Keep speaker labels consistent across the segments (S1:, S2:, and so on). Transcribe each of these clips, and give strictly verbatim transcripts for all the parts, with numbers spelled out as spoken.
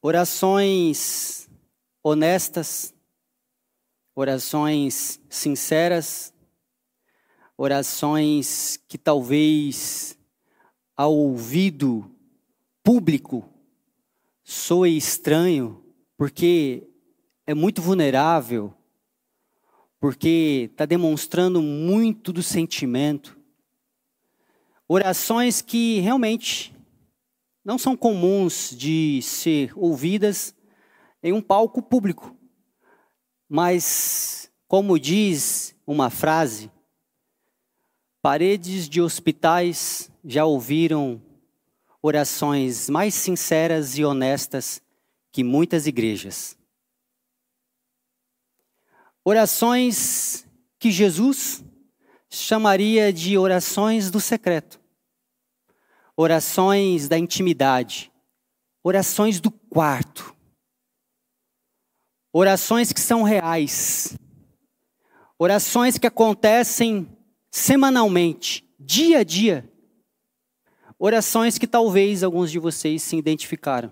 S1: Orações honestas, orações sinceras, orações que talvez ao ouvido público soe estranho, porque é muito vulnerável, porque está demonstrando muito do sentimento. Orações que realmente não são comuns de ser ouvidas em um palco público. Mas, como diz uma frase, paredes de hospitais já ouviram orações mais sinceras e honestas que muitas igrejas. Orações que Jesus chamaria de orações do secreto. Orações da intimidade. Orações do quarto. Orações que são reais. Orações que acontecem semanalmente, dia a dia. Orações que talvez alguns de vocês se identificaram.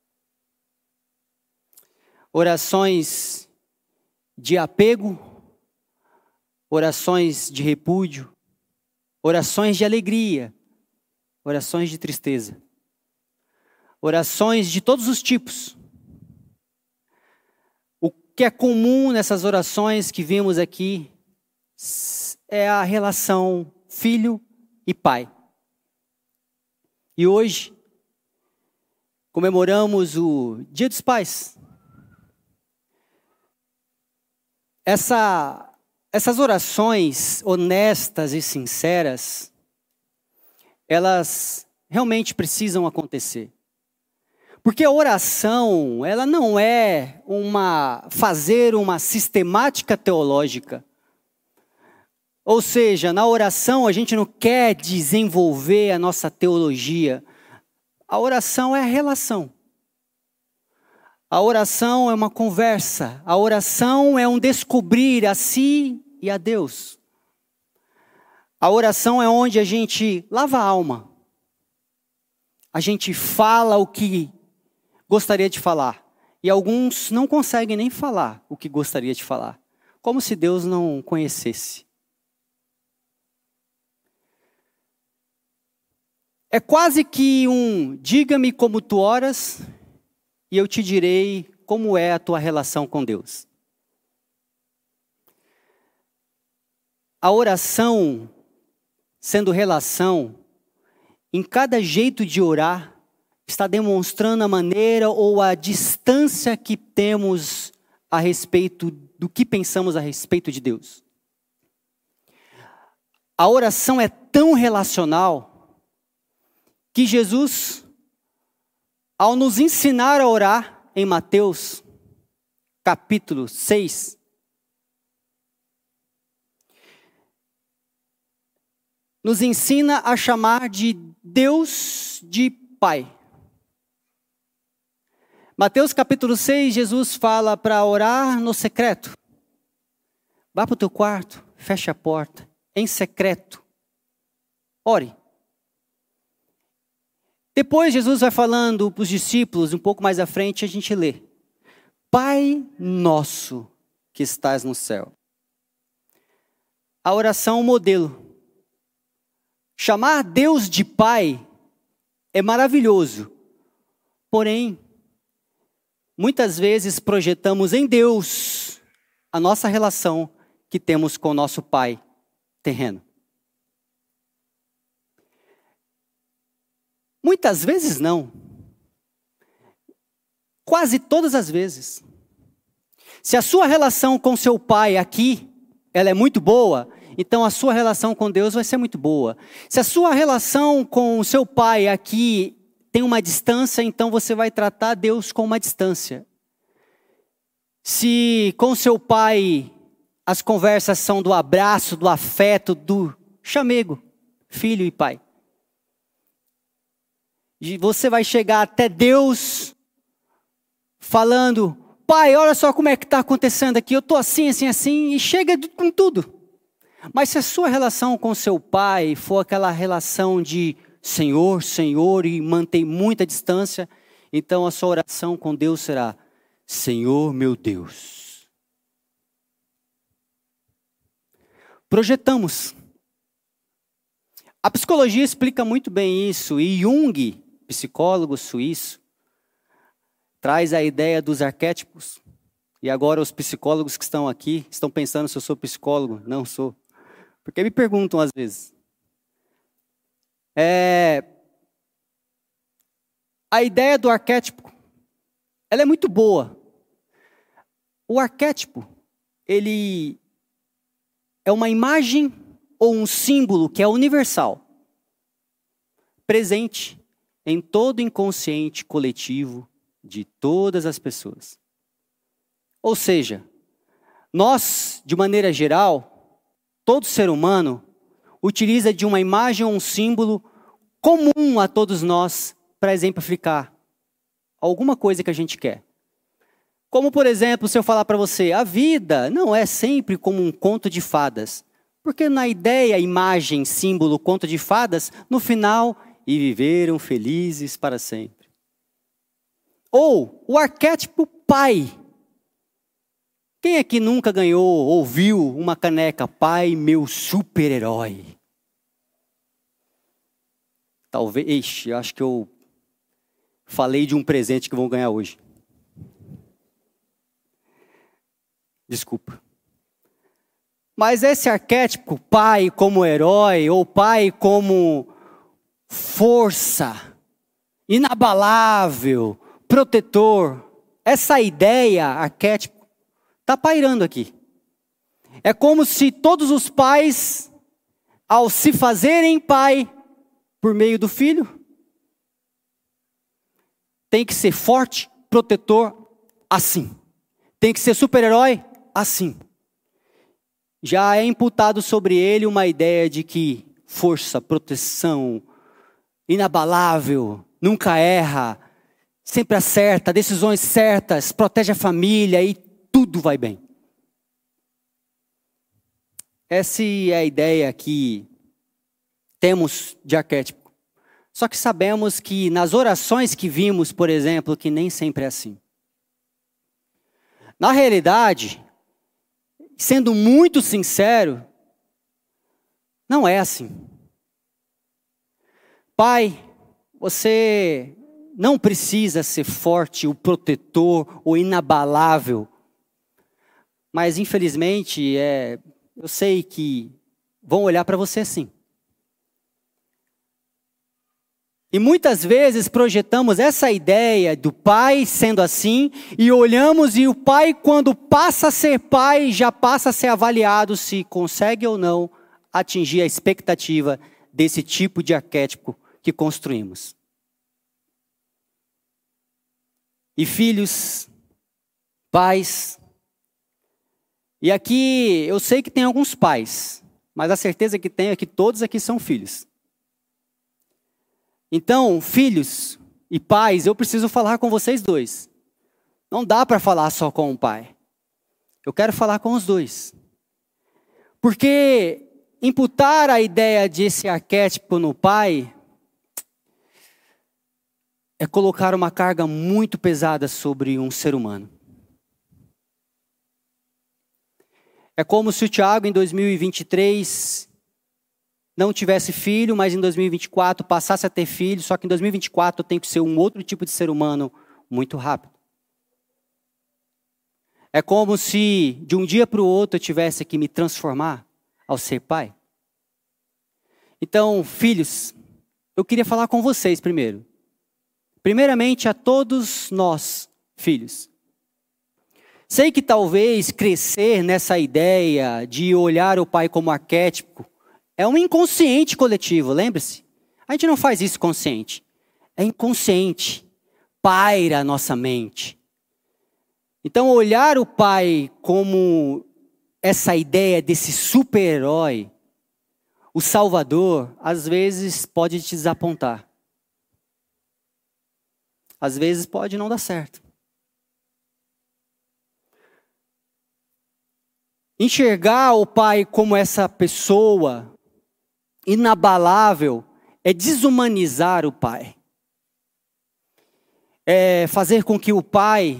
S1: Orações de apego, orações de repúdio, orações de alegria, orações de tristeza, orações de todos os tipos. O que é comum nessas orações que vimos aqui é a relação filho e pai. E hoje comemoramos o Dia dos Pais. Essa, essas orações honestas e sinceras, elas realmente precisam acontecer. Porque a oração, ela não é uma fazer uma sistemática teológica. Ou seja, na oração a gente não quer desenvolver a nossa teologia. A oração é a relação. A oração é uma conversa. A oração é um descobrir a si e a Deus. A oração é onde a gente lava a alma. A gente fala o que gostaria de falar. E alguns não conseguem nem falar o que gostaria de falar. Como se Deus não conhecesse. É quase que um diga-me como tu oras e eu te direi como é a tua relação com Deus. A oração, sendo relação, em cada jeito de orar, está demonstrando a maneira ou a distância que temos a respeito do que pensamos a respeito de Deus. A oração é tão relacional que Jesus, ao nos ensinar a orar em Mateus, capítulo seis, nos ensina a chamar de Deus de Pai. Mateus capítulo seis, Jesus fala para orar no secreto. Vá para o teu quarto, feche a porta, em secreto, ore. Depois Jesus vai falando para os discípulos, um pouco mais à frente a gente lê. Pai nosso que estás no céu. A oração modelo. Chamar Deus de Pai é maravilhoso. Porém, muitas vezes projetamos em Deus a nossa relação que temos com o nosso Pai terreno. Muitas vezes não. Quase todas as vezes. Se a sua relação com seu pai aqui, ela é muito boa, então a sua relação com Deus vai ser muito boa. Se a sua relação com o seu pai aqui tem uma distância, então você vai tratar Deus com uma distância. Se com seu pai as conversas são do abraço, do afeto, do chamego, filho e pai. E você vai chegar até Deus falando, pai, olha só como é que está acontecendo aqui, eu estou assim, assim, assim, e chega com tudo. Mas se a sua relação com seu pai for aquela relação de Senhor, Senhor, e mantém muita distância, então a sua oração com Deus será: Senhor meu Deus. Projetamos. A psicologia explica muito bem isso, e Jung, psicólogo suíço, traz a ideia dos arquétipos. E agora os psicólogos que estão aqui estão pensando se eu sou psicólogo. Não sou. Porque me perguntam às vezes. É... A ideia do arquétipo, ela é muito boa. O arquétipo, ele é uma imagem ou um símbolo que é universal, presente em todo o inconsciente coletivo de todas as pessoas. Ou seja, nós, de maneira geral, todo ser humano utiliza de uma imagem ou um símbolo comum a todos nós para exemplificar alguma coisa que a gente quer. Como, por exemplo, se eu falar para você, a vida não é sempre como um conto de fadas. Porque na ideia, imagem, símbolo, conto de fadas, no final, e viveram felizes para sempre. Ou o arquétipo pai. Quem aqui nunca ganhou ou viu uma caneca pai, meu super-herói? Talvez, ixi, acho que eu falei de um presente que vão ganhar hoje. Desculpa. Mas esse arquétipo, pai como herói, ou pai como força, inabalável, protetor, essa ideia, arquétipo, está pairando aqui. É como se todos os pais, ao se fazerem pai por meio do filho, tem que ser forte, protetor, assim. Tem que ser super-herói, assim. Já é imputado sobre ele uma ideia de que força, proteção, inabalável, nunca erra, sempre acerta, decisões certas, protege a família e tudo vai bem. Essa é a ideia que temos de arquétipo. Só que sabemos que nas orações que vimos, por exemplo, que nem sempre é assim. Na realidade, sendo muito sincero, não é assim. Pai, você não precisa ser forte, o protetor, o inabalável. Mas, infelizmente, é, eu sei que vão olhar para você assim. E muitas vezes projetamos essa ideia do pai sendo assim, e olhamos e o pai, quando passa a ser pai, já passa a ser avaliado se consegue ou não atingir a expectativa desse tipo de arquétipo que construímos. E filhos, pais, e aqui eu sei que tem alguns pais, mas a certeza que tenho é que todos aqui são filhos. Então, filhos e pais, eu preciso falar com vocês dois. Não dá para falar só com o pai. Eu quero falar com os dois. Porque imputar a ideia desse arquétipo no pai é colocar uma carga muito pesada sobre um ser humano. É como se o Tiago, em dois mil e vinte e três, não tivesse filho, mas em dois mil e vinte e quatro passasse a ter filho, só que em dois mil e vinte e quatro eu tenho que ser um outro tipo de ser humano muito rápido. É como se de um dia para o outro eu tivesse que me transformar ao ser pai. Então, filhos, eu queria falar com vocês primeiro. Primeiramente a todos nós, filhos. Sei que talvez crescer nessa ideia de olhar o pai como arquétipo é um inconsciente coletivo, lembre-se. A gente não faz isso consciente. É inconsciente. Paira a nossa mente. Então, olhar o pai como essa ideia desse super-herói, o salvador, às vezes pode te desapontar. Às vezes pode não dar certo. Enxergar o pai como essa pessoa inabalável é desumanizar o pai. é, fazer com que o pai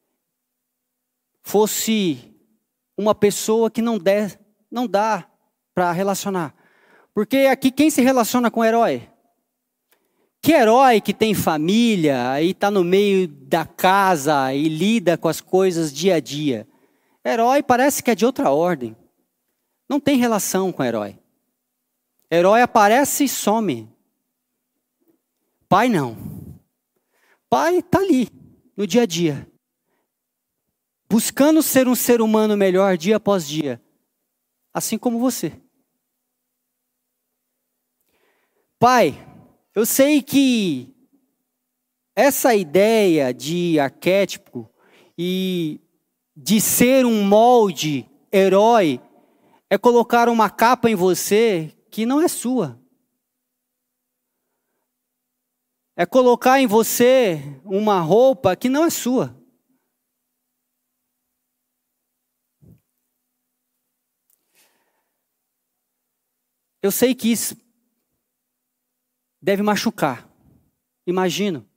S1: fosse uma pessoa que não, der, não dá para relacionar. Porque aqui quem se relaciona com herói? Que herói que tem família e está no meio da casa e lida com as coisas dia a dia? Herói parece que é de outra ordem. Não tem relação com herói. Herói aparece e some. Pai não. Pai está ali, no dia a dia. Buscando ser um ser humano melhor dia após dia. Assim como você. Pai, eu sei que essa ideia de arquétipo e de ser um molde herói é colocar uma capa em você que não é sua. É colocar em você uma roupa que não é sua. Eu sei que isso deve machucar. Imagino.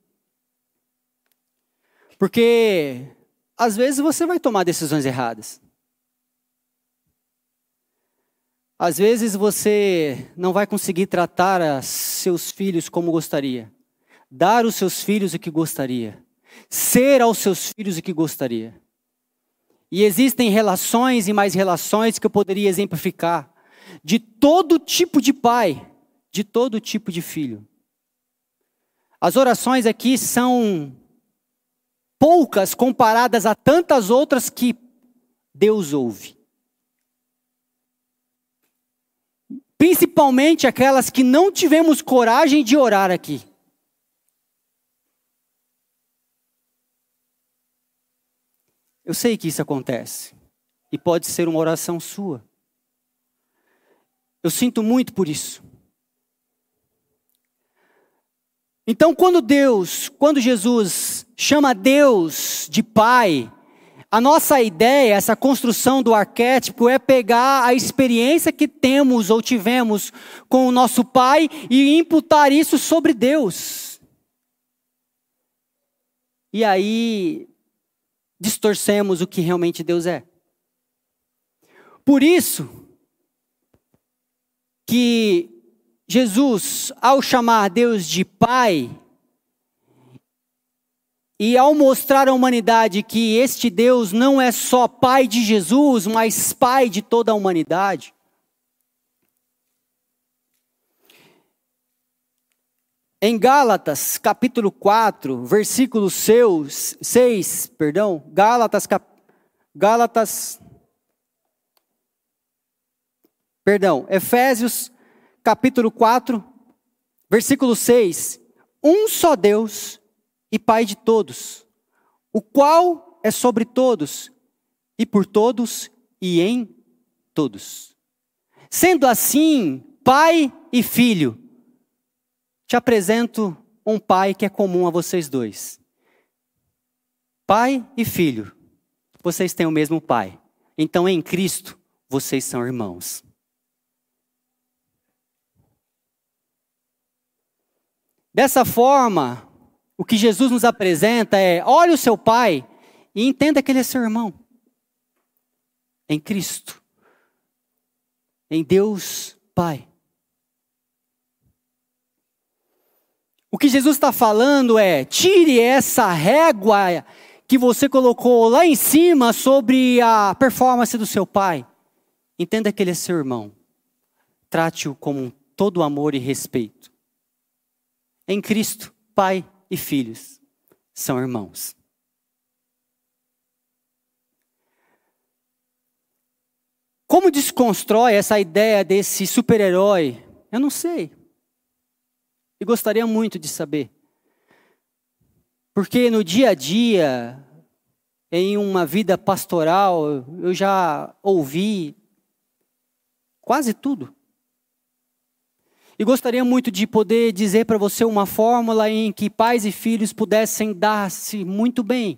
S1: Porque às vezes você vai tomar decisões erradas. Às vezes você não vai conseguir tratar a seus filhos como gostaria. Dar aos seus filhos o que gostaria. Ser aos seus filhos o que gostaria. E existem relações e mais relações que eu poderia exemplificar. De todo tipo de pai. De todo tipo de filho. As orações aqui são poucas comparadas a tantas outras que Deus ouve. Principalmente aquelas que não tivemos coragem de orar aqui. Eu sei que isso acontece. E pode ser uma oração sua. Eu sinto muito por isso. Então, quando Deus, quando Jesus chama Deus de Pai, a nossa ideia, essa construção do arquétipo é pegar a experiência que temos ou tivemos com o nosso Pai e imputar isso sobre Deus. E aí, distorcemos o que realmente Deus é. Por isso, que Jesus, ao chamar Deus de Pai, e ao mostrar à humanidade que este Deus não é só Pai de Jesus, mas Pai de toda a humanidade. Em Gálatas, capítulo quatro, versículo seis, perdão, Gálatas, cap, Gálatas, perdão, Efésios, capítulo quatro, versículo seis, um só Deus e Pai de todos, o qual é sobre todos, e por todos, e em todos. Sendo assim, Pai e Filho, te apresento um Pai que é comum a vocês dois. Pai e Filho, vocês têm o mesmo Pai. Então, em Cristo, vocês são irmãos. Dessa forma, o que Jesus nos apresenta é, olhe o seu pai e entenda que ele é seu irmão. Em Cristo. Em Deus Pai. O que Jesus está falando é, tire essa régua que você colocou lá em cima sobre a performance do seu pai. Entenda que ele é seu irmão. Trate-o com todo amor e respeito. Em Cristo, Pai e filhos são irmãos. Como desconstrói essa ideia desse super-herói? Eu não sei. E gostaria muito de saber. Porque no dia a dia, em uma vida pastoral, eu já ouvi quase tudo. E gostaria muito de poder dizer para você uma fórmula em que pais e filhos pudessem dar-se muito bem.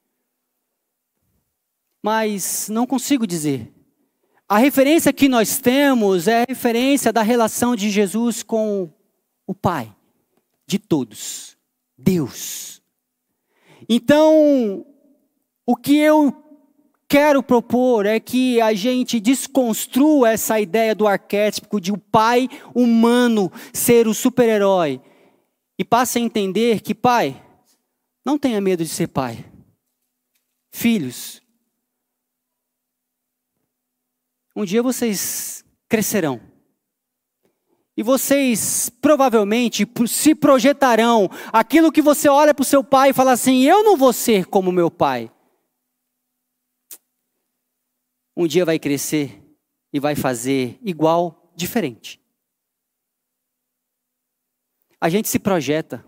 S1: Mas não consigo dizer. A referência que nós temos é a referência da relação de Jesus com o Pai de todos, Deus. Então, o que eu quero propor é que a gente desconstrua essa ideia do arquétipo de o pai humano ser o super-herói e passe a entender que, pai, não tenha medo de ser pai. Filhos, um dia vocês crescerão. E vocês provavelmente se projetarão aquilo que você olha para o seu pai e fala assim, eu não vou ser como meu pai. Um dia vai crescer e vai fazer igual, diferente. A gente se projeta.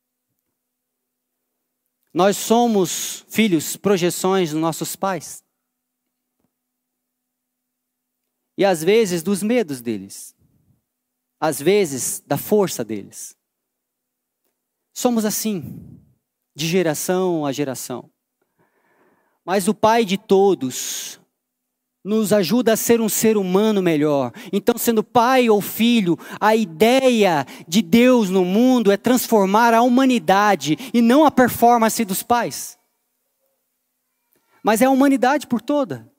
S1: Nós somos, filhos, projeções dos nossos pais. E às vezes dos medos deles. Às vezes da força deles. Somos assim, de geração a geração. Mas o Pai de todos nos ajuda a ser um ser humano melhor. Então, sendo pai ou filho, a ideia de Deus no mundo é transformar a humanidade e não a performance dos pais. Mas é a humanidade por toda.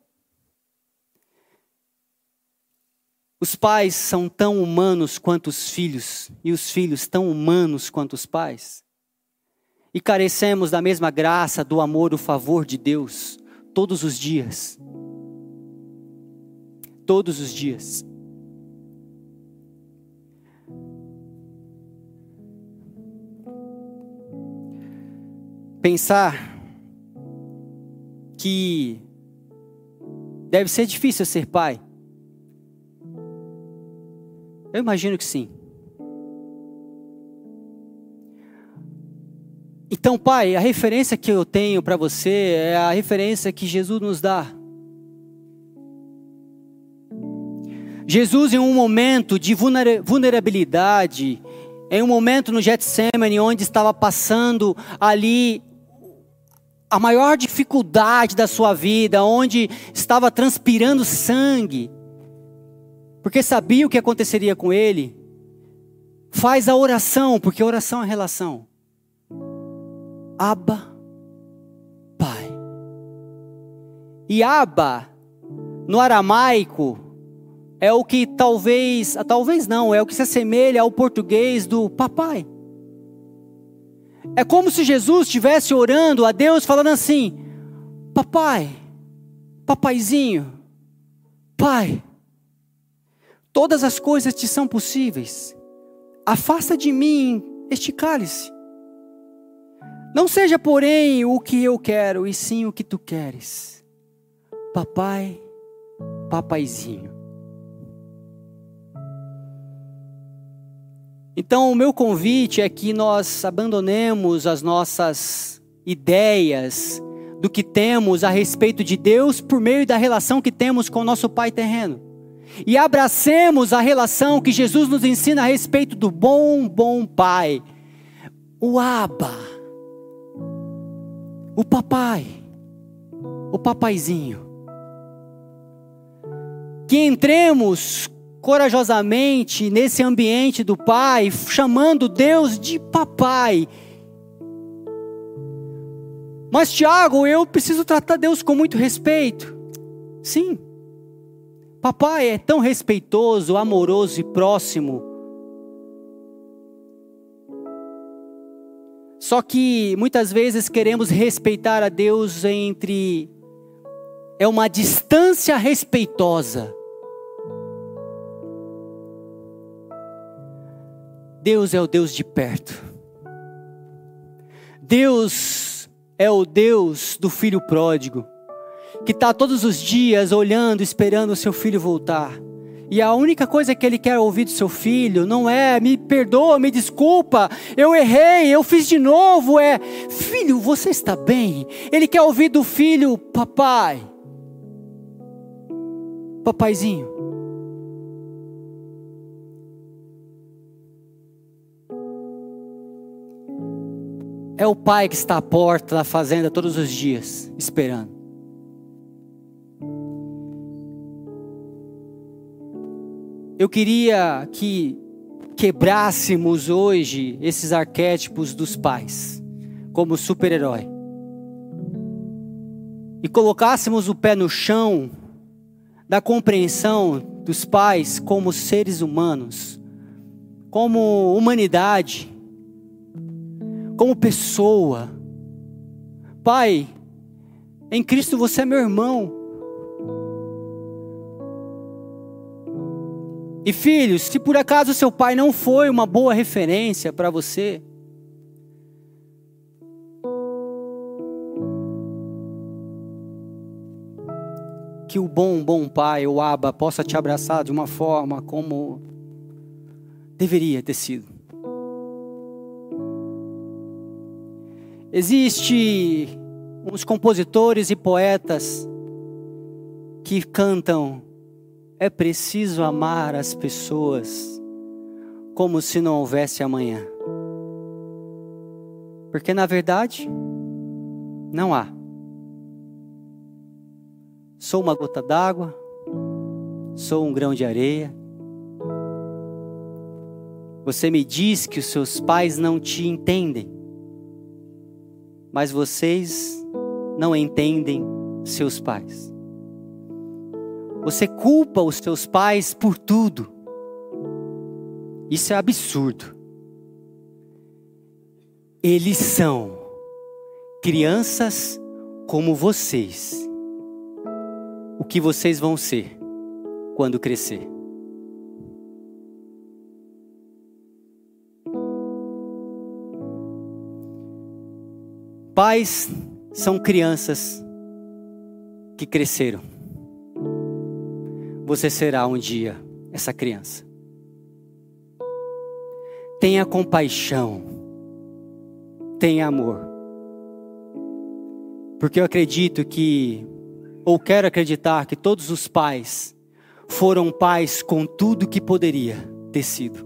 S1: Os pais são tão humanos quanto os filhos, e os filhos tão humanos quanto os pais. E carecemos da mesma graça, do amor, do favor de Deus, todos os dias. Todos os dias. Pensar que deve ser difícil ser pai. Eu imagino que sim. Então, pai, a referência que eu tenho para você é a referência que Jesus nos dá. Jesus, em um momento de vulnerabilidade, em um momento no Getsemane, onde estava passando ali a maior dificuldade da sua vida, onde estava transpirando sangue, porque sabia o que aconteceria com ele, faz a oração, porque a oração é relação. Abba, Pai. E Abba, no aramaico, é o que talvez, talvez não, é o que se assemelha ao português do papai. É como se Jesus estivesse orando a Deus, falando assim, papai, papaizinho, pai, todas as coisas te são possíveis. Afasta de mim este cálice. Não seja, porém, o que eu quero, e sim o que tu queres. Papai, papaizinho. Então, o meu convite é que nós abandonemos as nossas ideias do que temos a respeito de Deus por meio da relação que temos com o nosso Pai terreno. E abracemos a relação que Jesus nos ensina a respeito do bom, bom Pai. O Abba. O papai. O papaizinho. Que entremos corajosamente nesse ambiente do Pai, chamando Deus de papai. Mas Tiago, eu preciso tratar Deus com muito respeito. Sim. Papai é tão respeitoso, amoroso e próximo. Só que muitas vezes queremos respeitar a Deus entre... É uma distância respeitosa. Deus é o Deus de perto. Deus é o Deus do filho pródigo, que está todos os dias olhando, esperando o seu filho voltar. E a única coisa que ele quer ouvir do seu filho não é, me perdoa, me desculpa, eu errei, eu fiz de novo. É, filho, você está bem? Ele quer ouvir do filho, papai, papaizinho. É o pai que está à porta da fazenda todos os dias, esperando. Eu queria que quebrássemos hoje esses arquétipos dos pais, como super-herói. e colocássemos o pé no chão da compreensão dos pais como seres humanos, como humanidade, como pessoa. Pai, em Cristo você é meu irmão. E filhos, se por acaso seu pai não foi uma boa referência para você, que o bom, bom pai, o Abba, possa te abraçar de uma forma como deveria ter sido. Existem uns compositores e poetas que cantam: é preciso amar as pessoas como se não houvesse amanhã. Porque na verdade, não há. Sou uma gota d'água, sou um grão de areia. Você me diz que os seus pais não te entendem, mas vocês não entendem seus pais. Você culpa os seus pais por tudo. Isso é absurdo. Eles são crianças como vocês. O que vocês vão ser quando crescer? Pais são crianças que cresceram. Você será um dia essa criança. Tenha compaixão. Tenha amor. Porque eu acredito que, ou quero acreditar que todos os pais foram pais com tudo que poderia ter sido.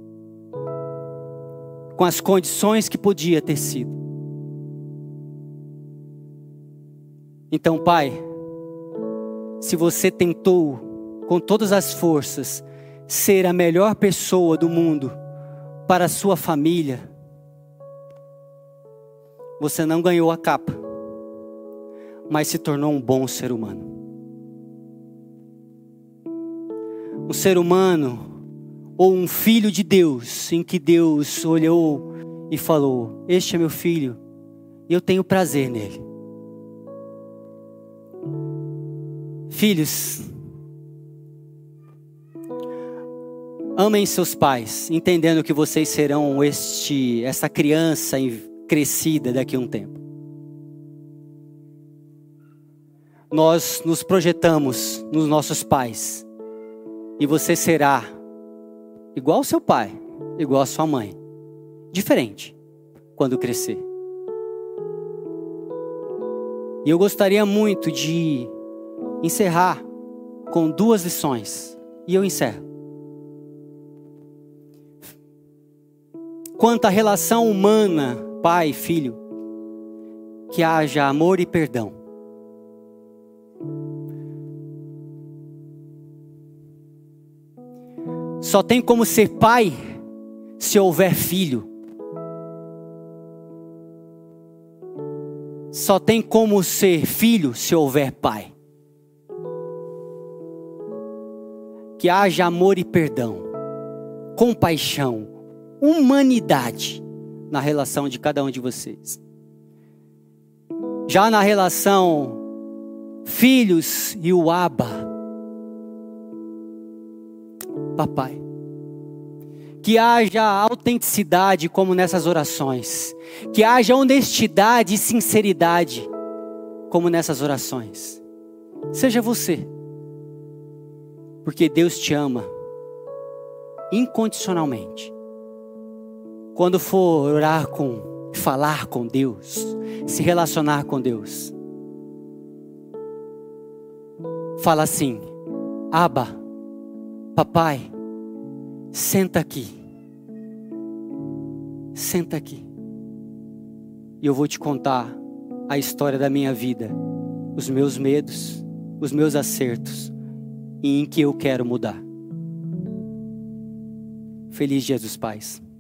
S1: Com as condições que podia ter sido. Então, pai, se você tentou com todas as forças ser a melhor pessoa do mundo para a sua família, você não ganhou a capa, mas se tornou um bom ser humano. Um ser humano ou um filho de Deus, em que Deus olhou e falou: este é meu filho e eu tenho prazer nele. Filhos, amem seus pais, entendendo que vocês serão este, essa criança crescida daqui a um tempo. Nós nos projetamos nos nossos pais, e você será igual ao seu pai, igual à sua mãe, diferente quando crescer. E eu gostaria muito de encerrar com duas lições, e eu encerro. Quanto à relação humana, pai e filho, que haja amor e perdão. Só tem como ser pai se houver filho. Só tem como ser filho se houver pai. Que haja amor e perdão, compaixão, humanidade na relação de cada um de vocês. Já na relação filhos e o Abba, papai, que haja autenticidade como nessas orações, que haja honestidade e sinceridade como nessas orações. Seja você, porque Deus te ama incondicionalmente. Quando for orar com, falar com Deus, se relacionar com Deus, fala assim: Abba, papai, senta aqui, senta aqui, e eu vou te contar a história da minha vida, os meus medos, os meus acertos, e em que eu quero mudar. Feliz Dia dos Pais.